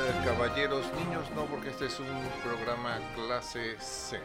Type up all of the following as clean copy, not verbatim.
caballeros, niños no, porque este es un programa clase C.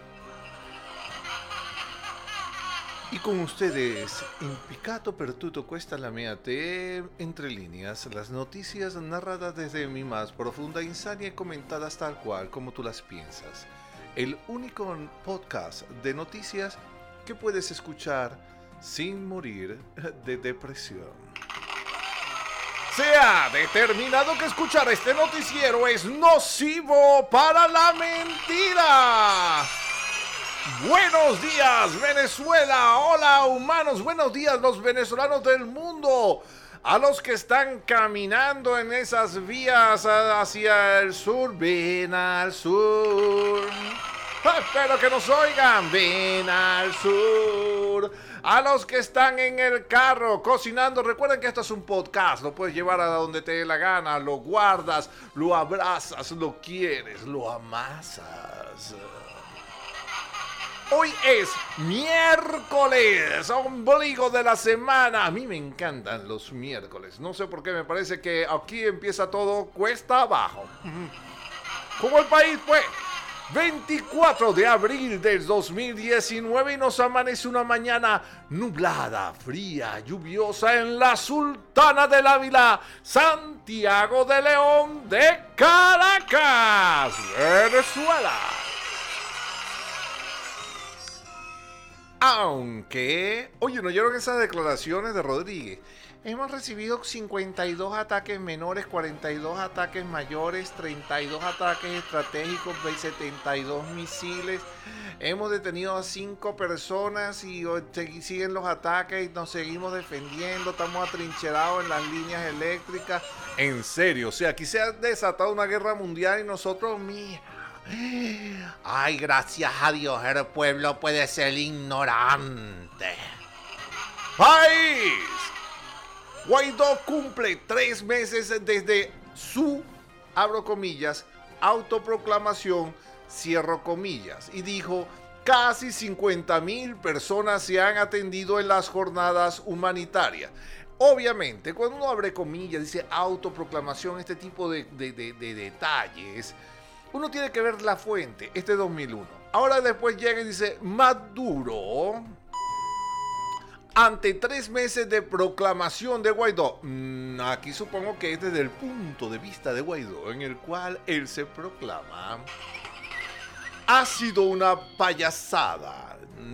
Y con ustedes, in piccato per tutto questa la mia te, entre líneas, las noticias narradas desde mi más profunda insania y comentadas tal cual como tú las piensas. El único podcast de noticias que puedes escuchar sin morir de depresión. Se ha determinado que escuchar este noticiero es nocivo para la mentira. Buenos días, Venezuela. Hola, humanos. Buenos días, los venezolanos del mundo. A los que están caminando en esas vías hacia el sur, ven al sur. Espero que nos oigan, ven al sur. A los que están en el carro cocinando, recuerden que esto es un podcast, lo puedes llevar a donde te dé la gana, lo guardas, lo abrazas, lo quieres, lo amasas. Hoy es miércoles, ombligo de la semana. A mí me encantan los miércoles, no sé por qué, me parece que aquí empieza todo cuesta abajo. Como el país, pues. 24 de abril del 2019 y nos amanece una mañana nublada, fría, lluviosa en la Sultana del Ávila, Santiago de León de Caracas, Venezuela. Aunque, oye, ¿no oyeron esas declaraciones de Rodríguez? Hemos recibido 52 ataques menores, 42 ataques mayores, 32 ataques estratégicos, 72 misiles. Hemos detenido a 5 personas y siguen los ataques y nos seguimos defendiendo. Estamos atrincherados en las líneas eléctricas. En serio, o sea, aquí se ha desatado una guerra mundial y nosotros, mira. Ay, gracias a Dios, el pueblo puede ser ignorante. ¡País! Guaidó cumple 3 meses desde su, abro comillas, autoproclamación, cierro comillas, y dijo, casi 50,000 personas se han atendido en las jornadas humanitarias. Obviamente, cuando uno abre comillas, dice autoproclamación, este tipo de detalles, uno tiene que ver la fuente, este 2001. Ahora después llega y dice, Maduro, ante 3 meses de proclamación de Guaidó. Aquí supongo que es desde el punto de vista de Guaidó, en el cual él se proclama. Ha sido una payasada.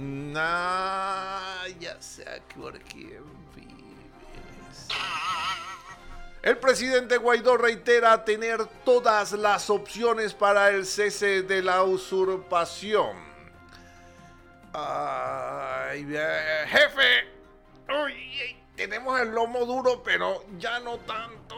Ya sé por quién vives. El presidente Guaidó reitera tener todas las opciones para el cese de la usurpación. Ay, jefe, uy, tenemos el lomo duro, pero ya no tanto.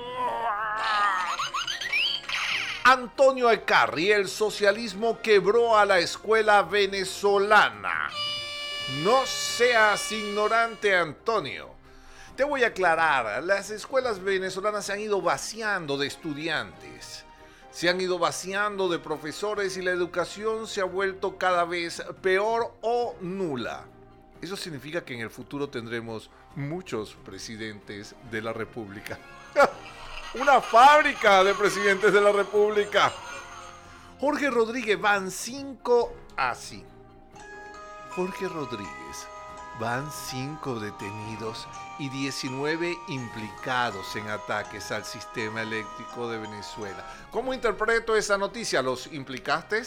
Antonio Ecarri, el socialismo quebró a la escuela venezolana. No seas ignorante, Antonio. Te voy a aclarar, las escuelas venezolanas se han ido vaciando de estudiantes. Se han ido vaciando de profesores y la educación se ha vuelto cada vez peor o nula. Eso significa que en el futuro tendremos muchos presidentes de la República. Una fábrica de presidentes de la República. Jorge Rodríguez van 5 así. Jorge Rodríguez van 5 detenidos y 19 implicados en ataques al sistema eléctrico de Venezuela. ¿Cómo interpreto esa noticia? ¿Los implicaste?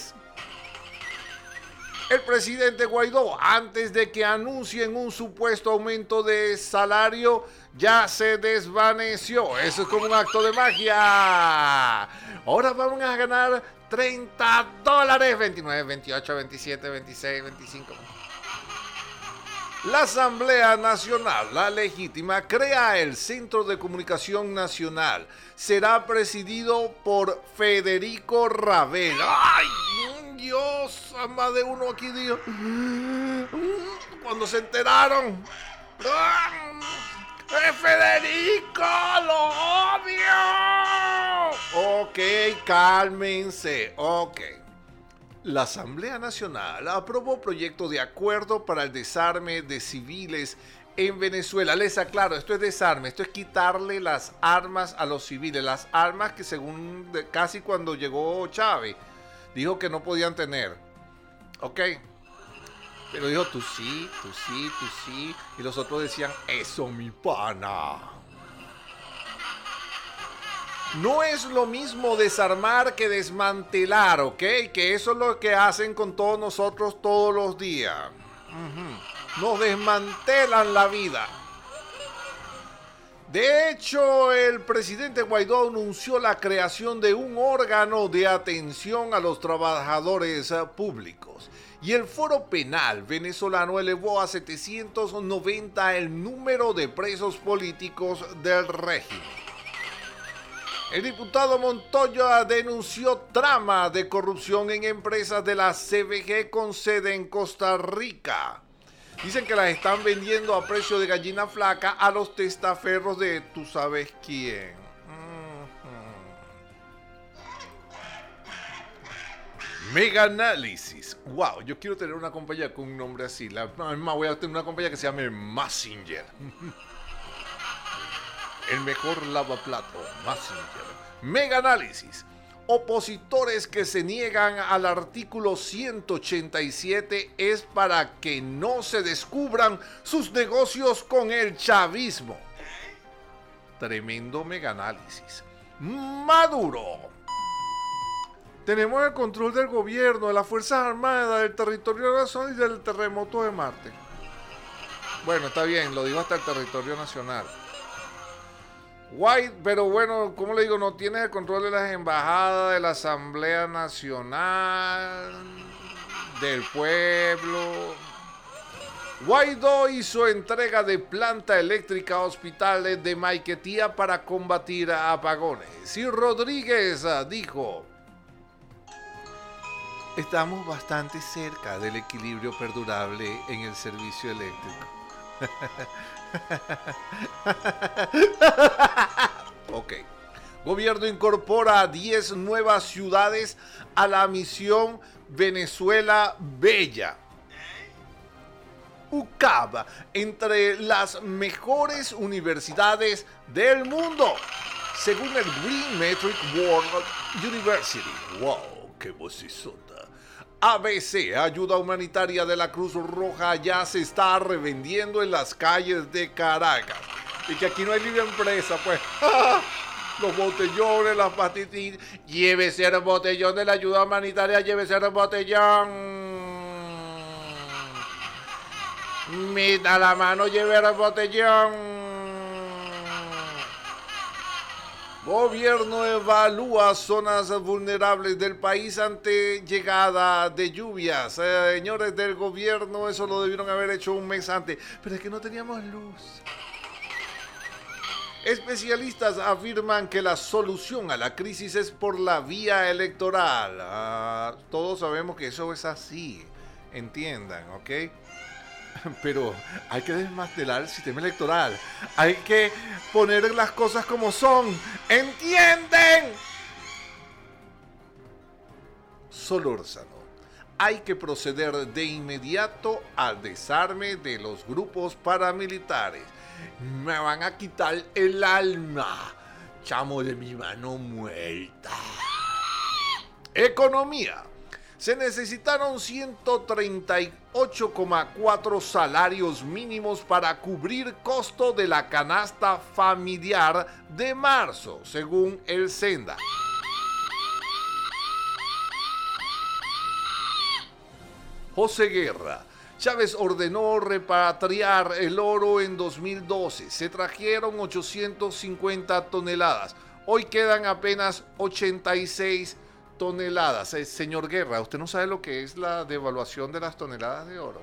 El presidente Guaidó, antes de que anuncien un supuesto aumento de salario, ya se desvaneció. Eso es como un acto de magia. Ahora vamos a ganar $30. 29, 28, 27, 26, 25... La Asamblea Nacional, la legítima, crea el Centro de Comunicación Nacional. Será presidido por Federico Ravel. ¡Ay, Dios! A más de uno aquí dijo. Cuando se enteraron. ¡Federico, lo odio! Ok, cálmense. Ok. La Asamblea Nacional aprobó proyecto de acuerdo para el desarme de civiles en Venezuela. Les aclaro, esto es desarme, esto es quitarle las armas a los civiles, las armas que según casi cuando llegó Chávez, dijo que no podían tener. ¿Ok? Pero dijo, tú sí, tú sí, tú sí. Y los otros decían, eso mi pana. No es lo mismo desarmar que desmantelar, ¿ok? Que eso es lo que hacen con todos nosotros todos los días. Nos desmantelan la vida. De hecho, el presidente Guaidó anunció la creación de un órgano de atención a los trabajadores públicos. Y el Foro Penal venezolano elevó a 790 el número de presos políticos del régimen. El diputado Montoya denunció trama de corrupción en empresas de la CBG con sede en Costa Rica. Dicen que las están vendiendo a precio de gallina flaca a los testaferros de tú sabes quién. Mega Análisis. Wow, yo quiero tener una compañía con un nombre así. Voy a tener una compañía que se llame Messenger. El mejor lavaplato, Messenger. Mega Análisis. Opositores que se niegan al artículo 187 es para que no se descubran sus negocios con el chavismo. Tremendo mega análisis. Maduro. Tenemos el control del gobierno, de las Fuerzas Armadas, del territorio nacional y del terremoto de Marte. Bueno, está bien, lo digo hasta el territorio nacional. White, pero bueno, como le digo, no tienes el control de las embajadas, de la Asamblea Nacional, del pueblo. Guaidó hizo entrega de planta eléctrica a hospitales de Maiquetía para combatir apagones. Y Rodríguez dijo: estamos bastante cerca del equilibrio perdurable en el servicio eléctrico. Ok. Gobierno incorpora 10 nuevas ciudades a la misión Venezuela Bella. UCAB, entre las mejores universidades del mundo, según el Green Metric World University. ¡Wow! ¡Qué vocesota! ABC, ayuda humanitaria de la Cruz Roja, ya se está revendiendo en las calles de Caracas. Y que aquí no hay libre empresa, pues. Los botellones, las pastillas. Llévese el botellón de la ayuda humanitaria, llévese el botellón. Meta la mano, lleve el botellón. Gobierno evalúa zonas vulnerables del país ante llegada de lluvias. Señores del gobierno, eso lo debieron haber hecho un mes antes. Pero es que no teníamos luz. Especialistas afirman que la solución a la crisis es por la vía electoral. Todos sabemos que eso es así. Entiendan, ¿ok? Pero hay que desmantelar el sistema electoral. Hay que poner las cosas como son. ¿Entienden? Solórzano. Hay que proceder de inmediato al desarme de los grupos paramilitares. Me van a quitar el alma. Chamo de mi mano muerta. Economía. Se necesitaron 138,4 salarios mínimos para cubrir costo de la canasta familiar de marzo, según el Senda. José Guerra. Chávez ordenó repatriar el oro en 2012. Se trajeron 850 toneladas. Hoy quedan apenas 86 toneladas. Señor Guerra, ¿usted no sabe lo que es la devaluación de las toneladas de oro?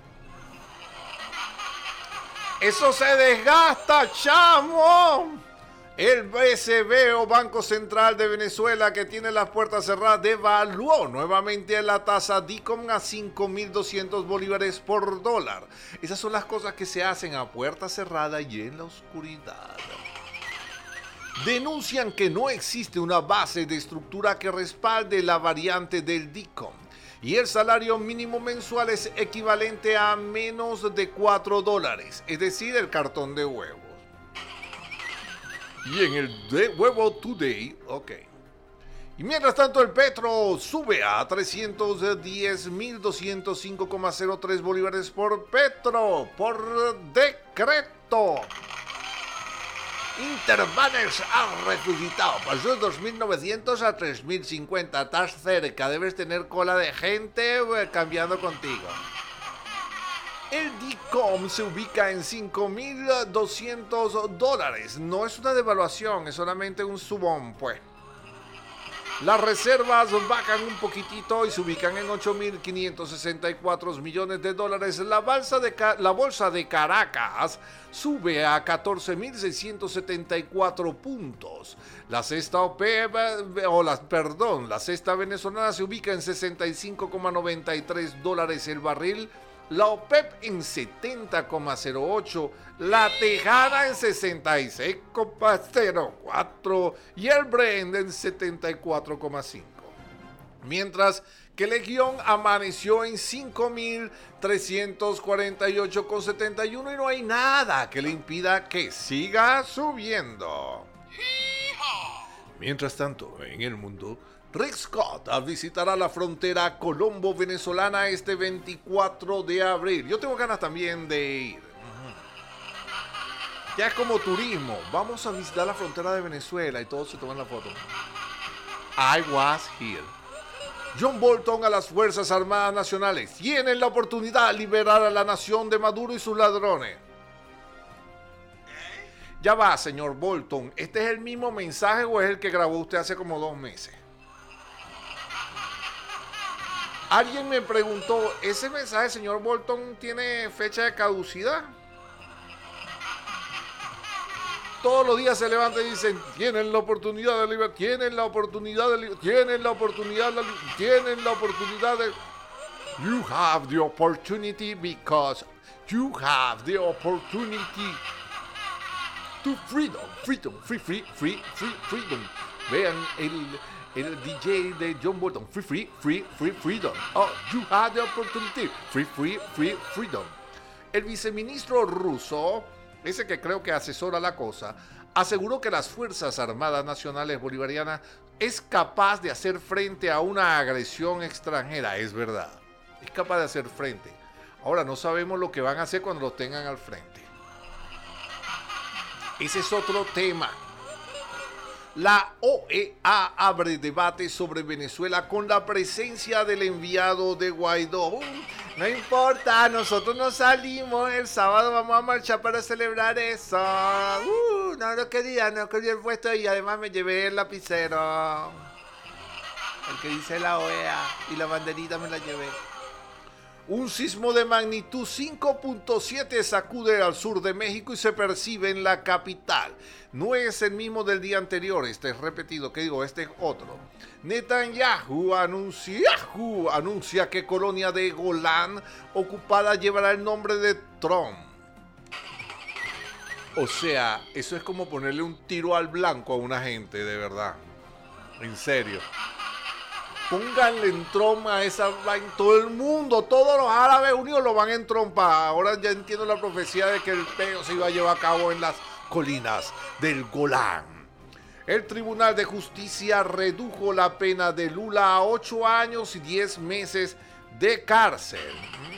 ¡Eso se desgasta, chamo! El BCB o Banco Central de Venezuela, que tiene las puertas cerradas, devaluó nuevamente la tasa DICOM a 5.200 bolívares por dólar. Esas son las cosas que se hacen a puerta cerrada y en la oscuridad. Denuncian que no existe una base de estructura que respalde la variante del DICOM. y el salario mínimo mensual es equivalente a menos de $4, es decir, el cartón de huevos. Y en el de huevo today, ok. Y mientras tanto el petro sube a 310.205,03 bolívares por petro, por decreto. Interbanex ha resucitado, pasó de 2.900 a 3.050, estás cerca, debes tener cola de gente cambiando contigo. El DICOM se ubica en $5.200, no es una devaluación, es solamente un subón, pues. Las reservas bajan un poquitito y se ubican en 8.564 millones de dólares. La bolsa de Caracas sube a 14.674 puntos. La cesta la cesta venezolana se ubica en $65,93 el barril. La OPEP en 70,08, la Tejana en 66,04 y el Brent en 74,5. Mientras que el Legión amaneció en 5.348,71 y no hay nada que le impida que siga subiendo. Mientras tanto, en el mundo, Rick Scott visitará la frontera colombo-venezolana este 24 de abril. Yo tengo ganas también de ir. Ya es como turismo. Vamos a visitar la frontera de Venezuela y todos se toman la foto. I was here. John Bolton a las Fuerzas Armadas Nacionales. Tienen la oportunidad de liberar a la nación de Maduro y sus ladrones. Ya va, señor Bolton. ¿Este es el mismo mensaje o es el que grabó usted hace como 2 meses? Alguien me preguntó, ¿ese mensaje, señor Bolton, tiene fecha de caducidad? Todos los días se levantan y dicen, tienen la oportunidad de liberar, tienen la oportunidad de liberar, tienen la oportunidad de liberar, tienen la oportunidad de... You have the opportunity because you have the opportunity to freedom, freedom. Vean el DJ de John Bolton, freedom. Oh, you have the opportunity, freedom. El viceministro ruso, ese que creo que asesora la cosa, aseguró que las Fuerzas Armadas Nacionales Bolivarianas es capaz de hacer frente a una agresión extranjera. Es verdad, es capaz de hacer frente. Ahora no sabemos lo que van a hacer cuando los tengan al frente. Ese es otro tema. La OEA abre debate sobre Venezuela con la presencia del enviado de Guaidó. No importa, nosotros no salimos. El sábado vamos a marchar para celebrar eso. No quería el puesto y además me llevé el lapicero. El que dice la OEA y la banderita me la llevé. Un sismo de magnitud 5.7 sacude al sur de México y se percibe en la capital. No es el mismo del día anterior, este es repetido, este es otro. Netanyahu anuncia que colonia de Golán ocupada llevará el nombre de Trump. O sea, eso es como ponerle un tiro al blanco a una gente, de verdad. En serio. Pónganle en trompa a esa vaina. Todo el mundo, todos los árabes unidos lo van a entrompar. Ahora ya entiendo la profecía de que el peo se iba a llevar a cabo en las colinas del Golán. El Tribunal de Justicia redujo la pena de Lula a 8 años y 10 meses de cárcel.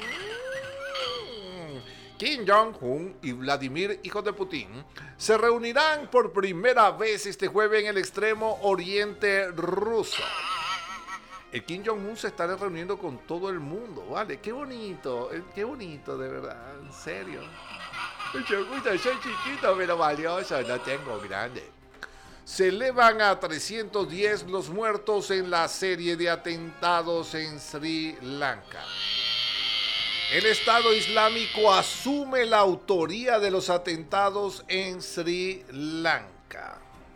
Kim Jong-un y Vladimir, hijo de Putin, se reunirán por primera vez este jueves en el extremo oriente ruso. El Kim Jong-un se está reuniendo con todo el mundo, ¿vale? Qué bonito, de verdad, en serio. Yo soy chiquito, pero valioso, no tengo grande. Se elevan a 310 los muertos en la serie de atentados en Sri Lanka. El Estado Islámico asume la autoría de los atentados en Sri Lanka.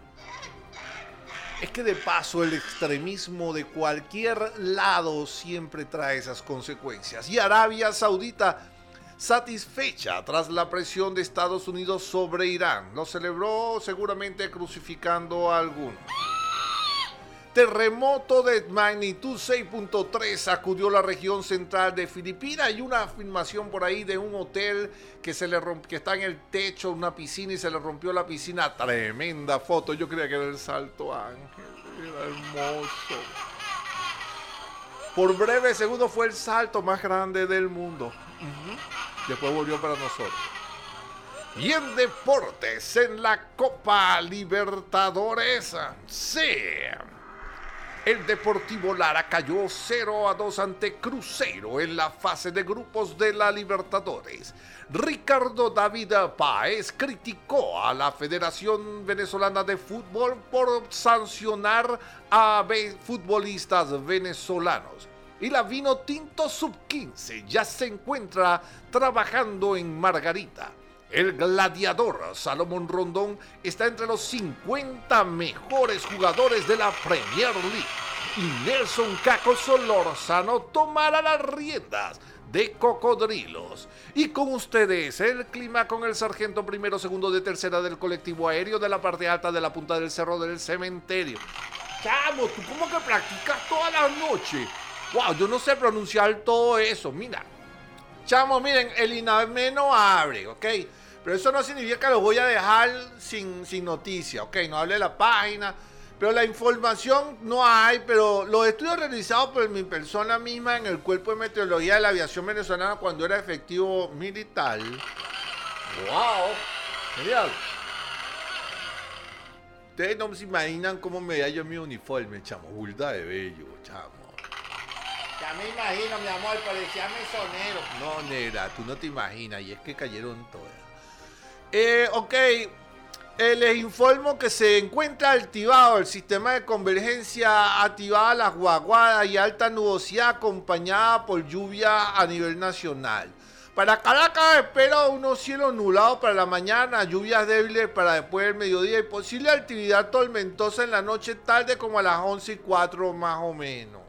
Es que de paso el extremismo de cualquier lado siempre trae esas consecuencias. Y Arabia Saudita, satisfecha tras la presión de Estados Unidos sobre Irán, lo celebró seguramente crucificando a algunos. Terremoto de magnitud 6.3 sacudió la región central de Filipinas. Hay una afirmación por ahí de un hotel que que está en el techo de una piscina y se le rompió la piscina. Tremenda foto. Yo creía que era el Salto Ángel. Era hermoso. Por breve segundo fue el salto más grande del mundo. Después volvió para nosotros. Y en deportes, en la Copa Libertadores, sí. El Deportivo Lara cayó 0-2 ante Cruzeiro en la fase de grupos de la Libertadores. Ricardo David Páez criticó a la Federación Venezolana de Fútbol por sancionar a futbolistas venezolanos. Y la Vinotinto Sub-15 ya se encuentra trabajando en Margarita. El gladiador Salomón Rondón está entre los 50 mejores jugadores de la Premier League. Y Nelson Caco Solórzano tomará las riendas de Cocodrilos. Y con ustedes, el clima con el sargento primero, segundo de tercera del colectivo aéreo de la parte alta de la punta del cerro del cementerio. Chamo, ¿tú cómo que practicas toda la noche? Wow, yo no sé pronunciar todo eso. Mira, chamo, miren, el INAME no abre, ¿ok? Pero eso no significa que lo voy a dejar sin noticia, ¿ok? No hable de la página, pero la información no hay, pero los estudios realizados por mi persona misma en el Cuerpo de Meteorología de la Aviación Venezolana cuando era efectivo militar. ¡Wow! Genial. Ustedes no se imaginan cómo me veía yo en mi uniforme, chamo. Burda de bello, chamo. Ya me imagino, mi amor, parecía mesonero. No, nera, tú no te imaginas, y es que cayeron todas. Ok, les informo que se encuentra activado el sistema de convergencia, activada las vaguadas y alta nubosidad acompañada por lluvia a nivel nacional. Para Caracas espero unos cielos nublados para la mañana, lluvias débiles para después del mediodía y posible actividad tormentosa en la noche tarde como a las 11:04 más o menos.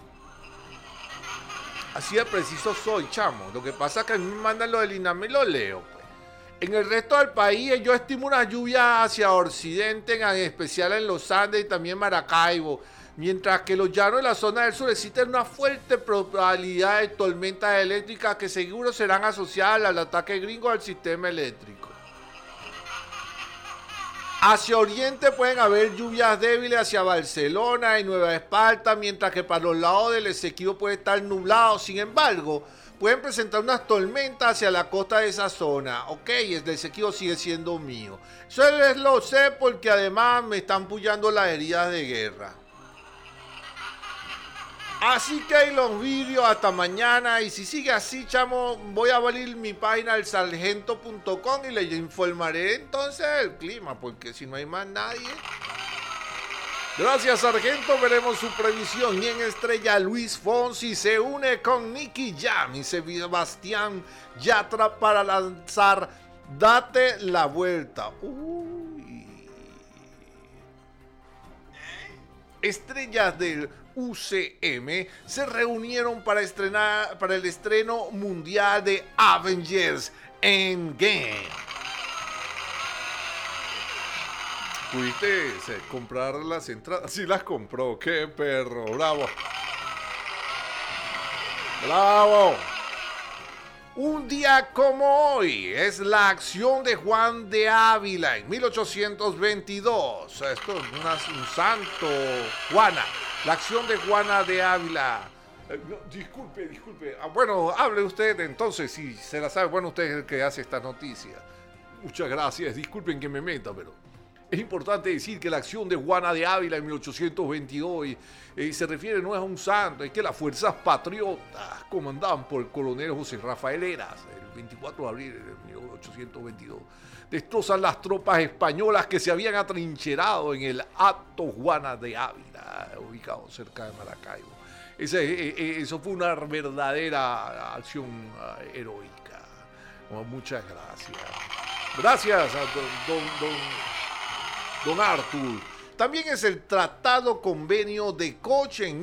Así de preciso soy, chamo. Lo que pasa es que a mí me mandan lo del INAME y lo leo, pues. En el resto del país yo estimo una lluvia hacia occidente, en especial en los Andes y también Maracaibo, mientras que los llanos de la zona del sur existen una fuerte probabilidad de tormentas eléctricas que seguro serán asociadas al ataque gringo al sistema eléctrico. Hacia oriente pueden haber lluvias débiles hacia Barcelona y Nueva Esparta, mientras que para los lados del Esequibo puede estar nublado. Sin embargo, pueden presentar unas tormentas hacia la costa de esa zona. Ok, el Esequibo sigue siendo mío. Eso lo sé porque además me están pullando las heridas de guerra. Así que ahí los vídeos hasta mañana. Y si sigue así, chamo, voy a abrir mi página el sargento.com y les informaré entonces del clima, porque si no hay más nadie. Gracias, sargento. Veremos su previsión. Y en estrella, Luis Fonsi se une con Nicky Jam y Sebastián Yatra para lanzar Date la Vuelta. Estrellas del UCM se reunieron para el estreno mundial de Avengers Endgame. ¿Pudiste comprar las entradas? Sí las compró, qué perro, bravo. Bravo. Un día como hoy es la acción de Juan de Ávila en 1822. Esto es un santo, Juana. La acción de Juana de Ávila. No, disculpe. Bueno, hable usted entonces, si se la sabe. Bueno, usted es el que hace esta noticia. Muchas gracias, disculpen que me meta, pero es importante decir que la acción de Juana de Ávila en 1822 se refiere no es a un santo, es que las fuerzas patriotas comandadas por el coronel José Rafael Heras, el 24 de abril de 1822, destrozan las tropas españolas que se habían atrincherado en el Hato Juana de Ávila, ubicado cerca de Maracaibo. Eso fue una verdadera acción heroica. Muchas gracias. Gracias a don Artur. También es el Tratado Convenio de Coche en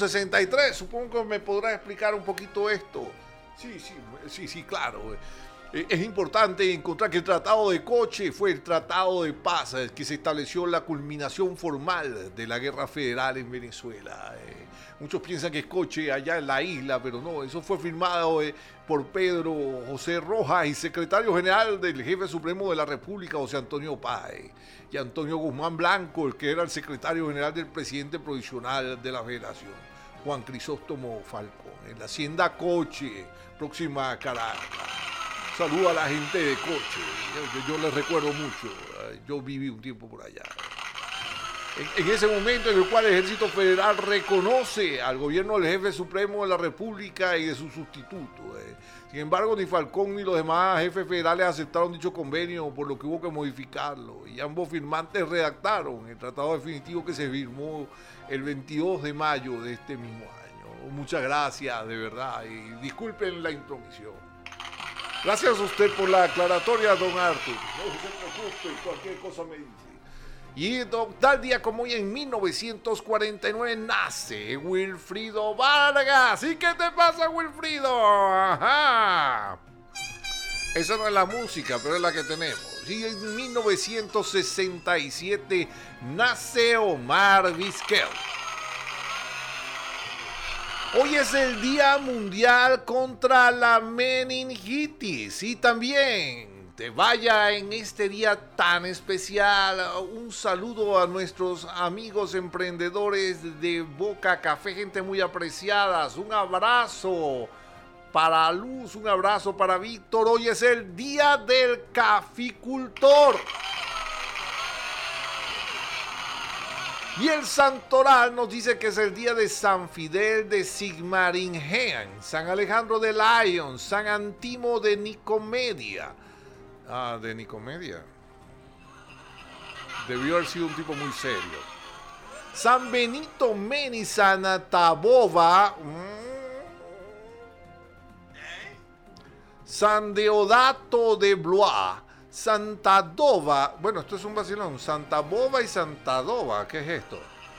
1863. Supongo que me podrá explicar un poquito esto. Sí, claro. Es importante encontrar que el Tratado de Coche fue el tratado de paz que se estableció la culminación formal de la guerra federal en Venezuela. Muchos piensan que es Coche allá en la isla, pero no, eso fue firmado por Pedro José Rojas y secretario general del jefe supremo de la República, José Antonio Páez, y Antonio Guzmán Blanco, el que era el secretario general del presidente provisional de la Federación, Juan Crisóstomo Falcón, en la hacienda Coche, próxima a Caracas. Saludo a la gente de Coche, yo les recuerdo mucho, yo viví un tiempo por allá. En ese momento en el cual el Ejército Federal reconoce al gobierno del jefe supremo de la República y de su sustituto. Sin embargo, ni Falcón ni los demás jefes federales aceptaron dicho convenio, por lo que hubo que modificarlo. Y ambos firmantes redactaron el tratado definitivo que se firmó el 22 de mayo de este mismo año. Muchas gracias, de verdad, y disculpen la intromisión. Gracias a usted por la aclaratoria, don Arthur. No se preocupe, cualquier cosa me dice. Y tal día como hoy, en 1949, nace Wilfrido Vargas. ¿Y qué te pasa, Wilfrido? Ajá. Esa no es la música, pero es la que tenemos. Y en 1967 nace Omar Vizquel. Hoy es el Día Mundial contra la Meningitis y también te vaya en este día tan especial un saludo a nuestros amigos emprendedores de Boca Café, gente muy apreciadas. Un abrazo para Luz, un abrazo para Víctor. Hoy es el Día del Caficultor. Y el santoral nos dice que es el día de San Fidel de Sigmaringen, San Alejandro de Lyon, San Antimo de Nicomedia. Ah, de Nicomedia. Debió haber sido un tipo muy serio. San Benito Meni, San Tabova. San Deodato de Blois. Santa Dova, bueno, esto es un vacilón, Santa Bova y Santa Dova, ¿qué es esto?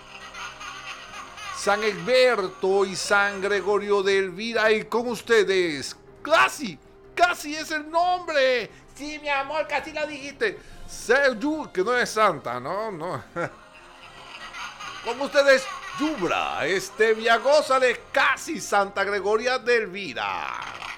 San Egberto y San Gregorio de Elvira, y con ustedes, casi es el nombre. Sí, mi amor, casi lo dijiste. Que no es Santa, no. Con ustedes, Yubra, Gózales, casi Santa Gregoria de Elvira.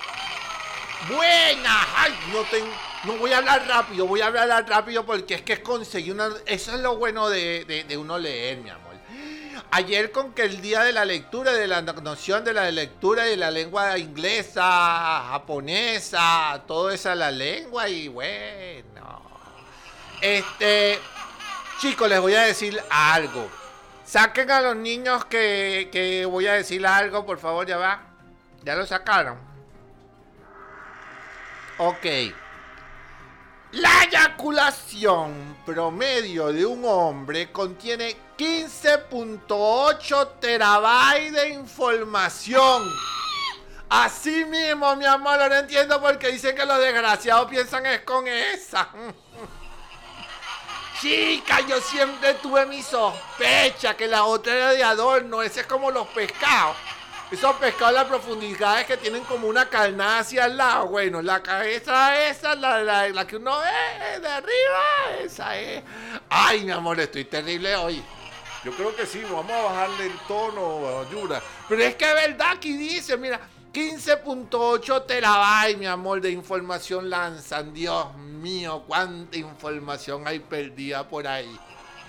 Buena, ay, no voy a hablar rápido, porque es que conseguí eso es lo bueno de uno leer, mi amor. Ayer con que el día de la lectura, de la noción de la lectura de la lengua inglesa, japonesa, todo esa la lengua y bueno. Chicos, les voy a decir algo. Saquen a los niños que voy a decir algo, por favor, ya va. ¿Ya lo sacaron? Ok. La eyaculación promedio de un hombre contiene 15.8 terabytes de información. Así mismo, mi amor, no entiendo por qué dicen que los desgraciados piensan es con esa. Chica, yo siempre tuve mi sospecha que la otra era de adorno. Ese es como los pescados. Esos pescados a las profundidades que tienen como una carnada hacia el lado. Bueno, la cabeza esa, la que uno ve de arriba, esa es. Ay, mi amor, estoy terrible hoy. Yo creo que sí, vamos a bajarle el tono, Yura. Pero es que es verdad, aquí dice, mira, 15.8 terabytes, mi amor, de información lanzan. Dios mío, cuánta información hay perdida por ahí.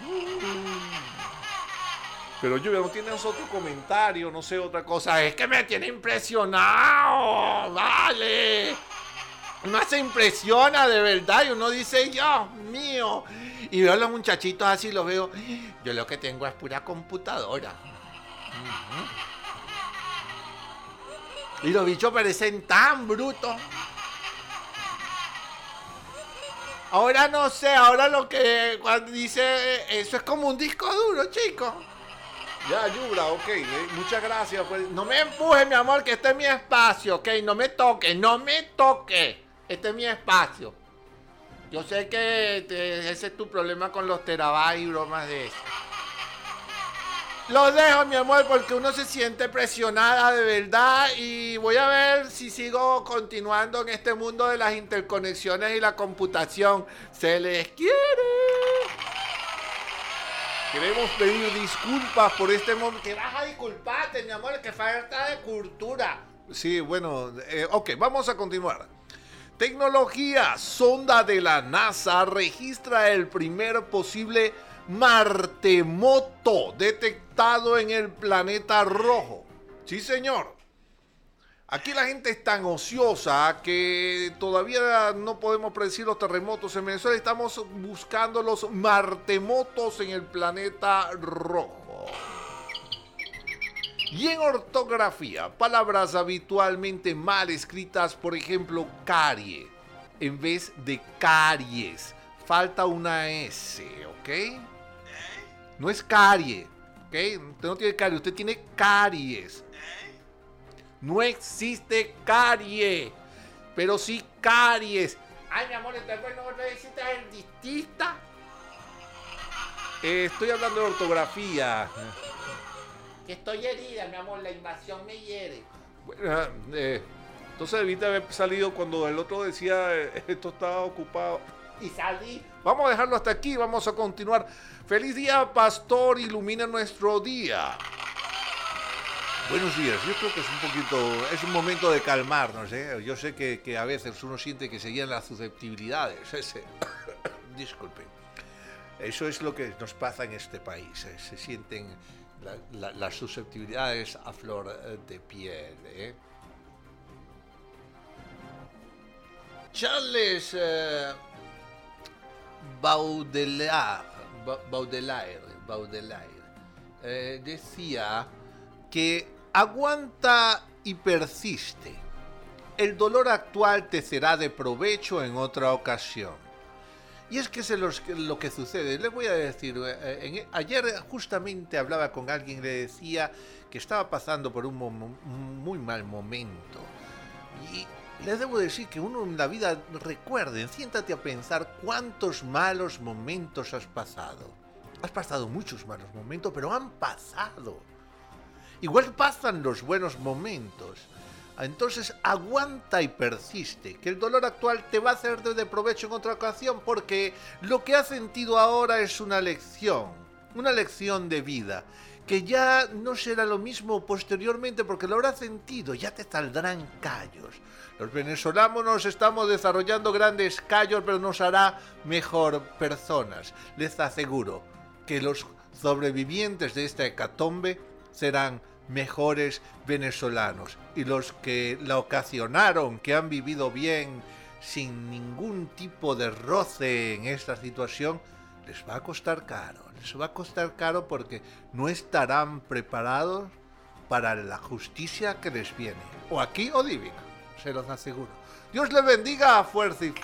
Pero Lluvia, ¿no tienes otro comentario? No sé, otra cosa. Es que me tiene impresionado. Vale. Uno se impresiona de verdad y uno dice, Dios mío. Y veo a los muchachitos así, los veo. Yo lo que tengo es pura computadora. Y los bichos parecen tan brutos. Ahora no sé, ahora lo que cuando dice, eso es como un disco duro, chicos. Ya, Yubra, ok, muchas gracias. Pues, no me empuje, mi amor, que este es mi espacio, ok, no me toque. Este es mi espacio. Yo sé que ese es tu problema con los terabytes y bromas de eso. Lo dejo, mi amor, porque uno se siente presionada de verdad y voy a ver si sigo continuando en este mundo de las interconexiones y la computación. ¡Se les quiere! Queremos pedir disculpas por este momento. Que vas a disculparte, mi amor, que falta de cultura. Sí, bueno, ok, vamos a continuar. Tecnología, sonda de la NASA registra el primer posible martemoto detectado en el planeta rojo. Sí, señor. Aquí la gente es tan ociosa que todavía no podemos predecir los terremotos en Venezuela. Estamos buscando los martemotos en el planeta rojo. Y en ortografía, palabras habitualmente mal escritas, por ejemplo, carie, en vez de caries. Falta una S, ¿ok? No es carie, ¿ok? Usted no tiene carie, usted tiene caries. No existe carie, pero sí caries. Ay, mi amor, entonces no necesitas el dentista. Estoy hablando de ortografía. Que estoy herida, mi amor, la invasión me hiere. Bueno, entonces debiste haber salido cuando el otro decía esto estaba ocupado. Y salí. Vamos a dejarlo hasta aquí, vamos a continuar. Feliz día, pastor, ilumina nuestro día. Buenos días, yo creo que es un momento de calmarnos, ¿eh? Yo sé que a veces uno siente que se llenan las susceptibilidades. Disculpen. Eso es lo que nos pasa en este país. Se sienten las susceptibilidades a flor de piel, ¿eh? Charles Baudelaire decía que aguanta y persiste. El dolor actual te será de provecho en otra ocasión. Y es que es lo que sucede. Les voy a decir, ayer justamente hablaba con alguien y le decía que estaba pasando por un muy mal momento. Y les debo decir que uno en la vida, recuerden, siéntate a pensar cuántos malos momentos has pasado. Has pasado muchos malos momentos, pero han pasado. Igual pasan los buenos momentos. Entonces aguanta y persiste, que el dolor actual te va a ser de provecho en otra ocasión, porque lo que has sentido ahora es una lección de vida, que ya no será lo mismo posteriormente porque lo habrás sentido, ya te saldrán callos. Los venezolanos nos estamos desarrollando grandes callos, pero nos hará mejor personas. Les aseguro que los sobrevivientes de esta hecatombe serán mejores venezolanos, y los que la ocasionaron, que han vivido bien sin ningún tipo de roce en esta situación, les va a costar caro porque no estarán preparados para la justicia que les viene, o aquí o divina, se los aseguro. Dios les bendiga, fuerza y fe.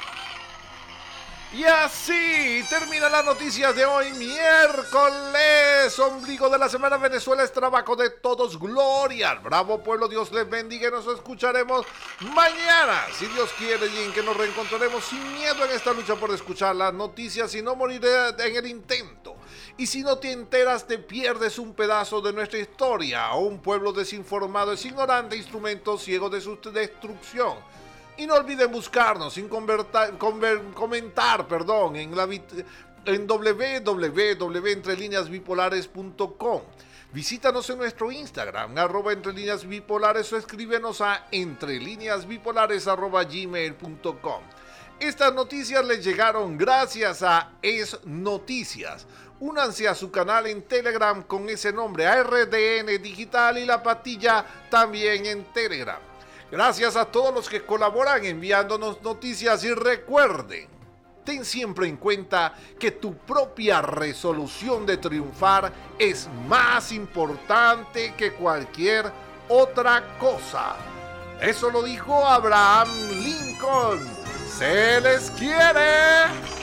Y así terminan las noticias de hoy, miércoles, ombligo de la semana. Venezuela es trabajo de todos. Gloria al bravo pueblo. Dios les bendiga y nos escucharemos mañana, si Dios quiere, y en que nos reencontraremos sin miedo en esta lucha por escuchar las noticias y no morir en el intento. Y si no te enteras, te pierdes un pedazo de nuestra historia. Un pueblo desinformado es ignorante, instrumento ciego de su destrucción. Y no olviden buscarnos sin comentar en www.entrelineasbipolares.com. Visítanos en nuestro Instagram, @entrelineasbipolares, o escríbenos a entrelineasbipolares@gmail.com. Estas noticias les llegaron gracias a Es Noticias. Únanse a su canal en Telegram con ese nombre, ARDN Digital, y La Patilla también en Telegram. Gracias a todos los que colaboran enviándonos noticias, y recuerden, ten siempre en cuenta que tu propia resolución de triunfar es más importante que cualquier otra cosa. Eso lo dijo Abraham Lincoln. ¡Se les quiere!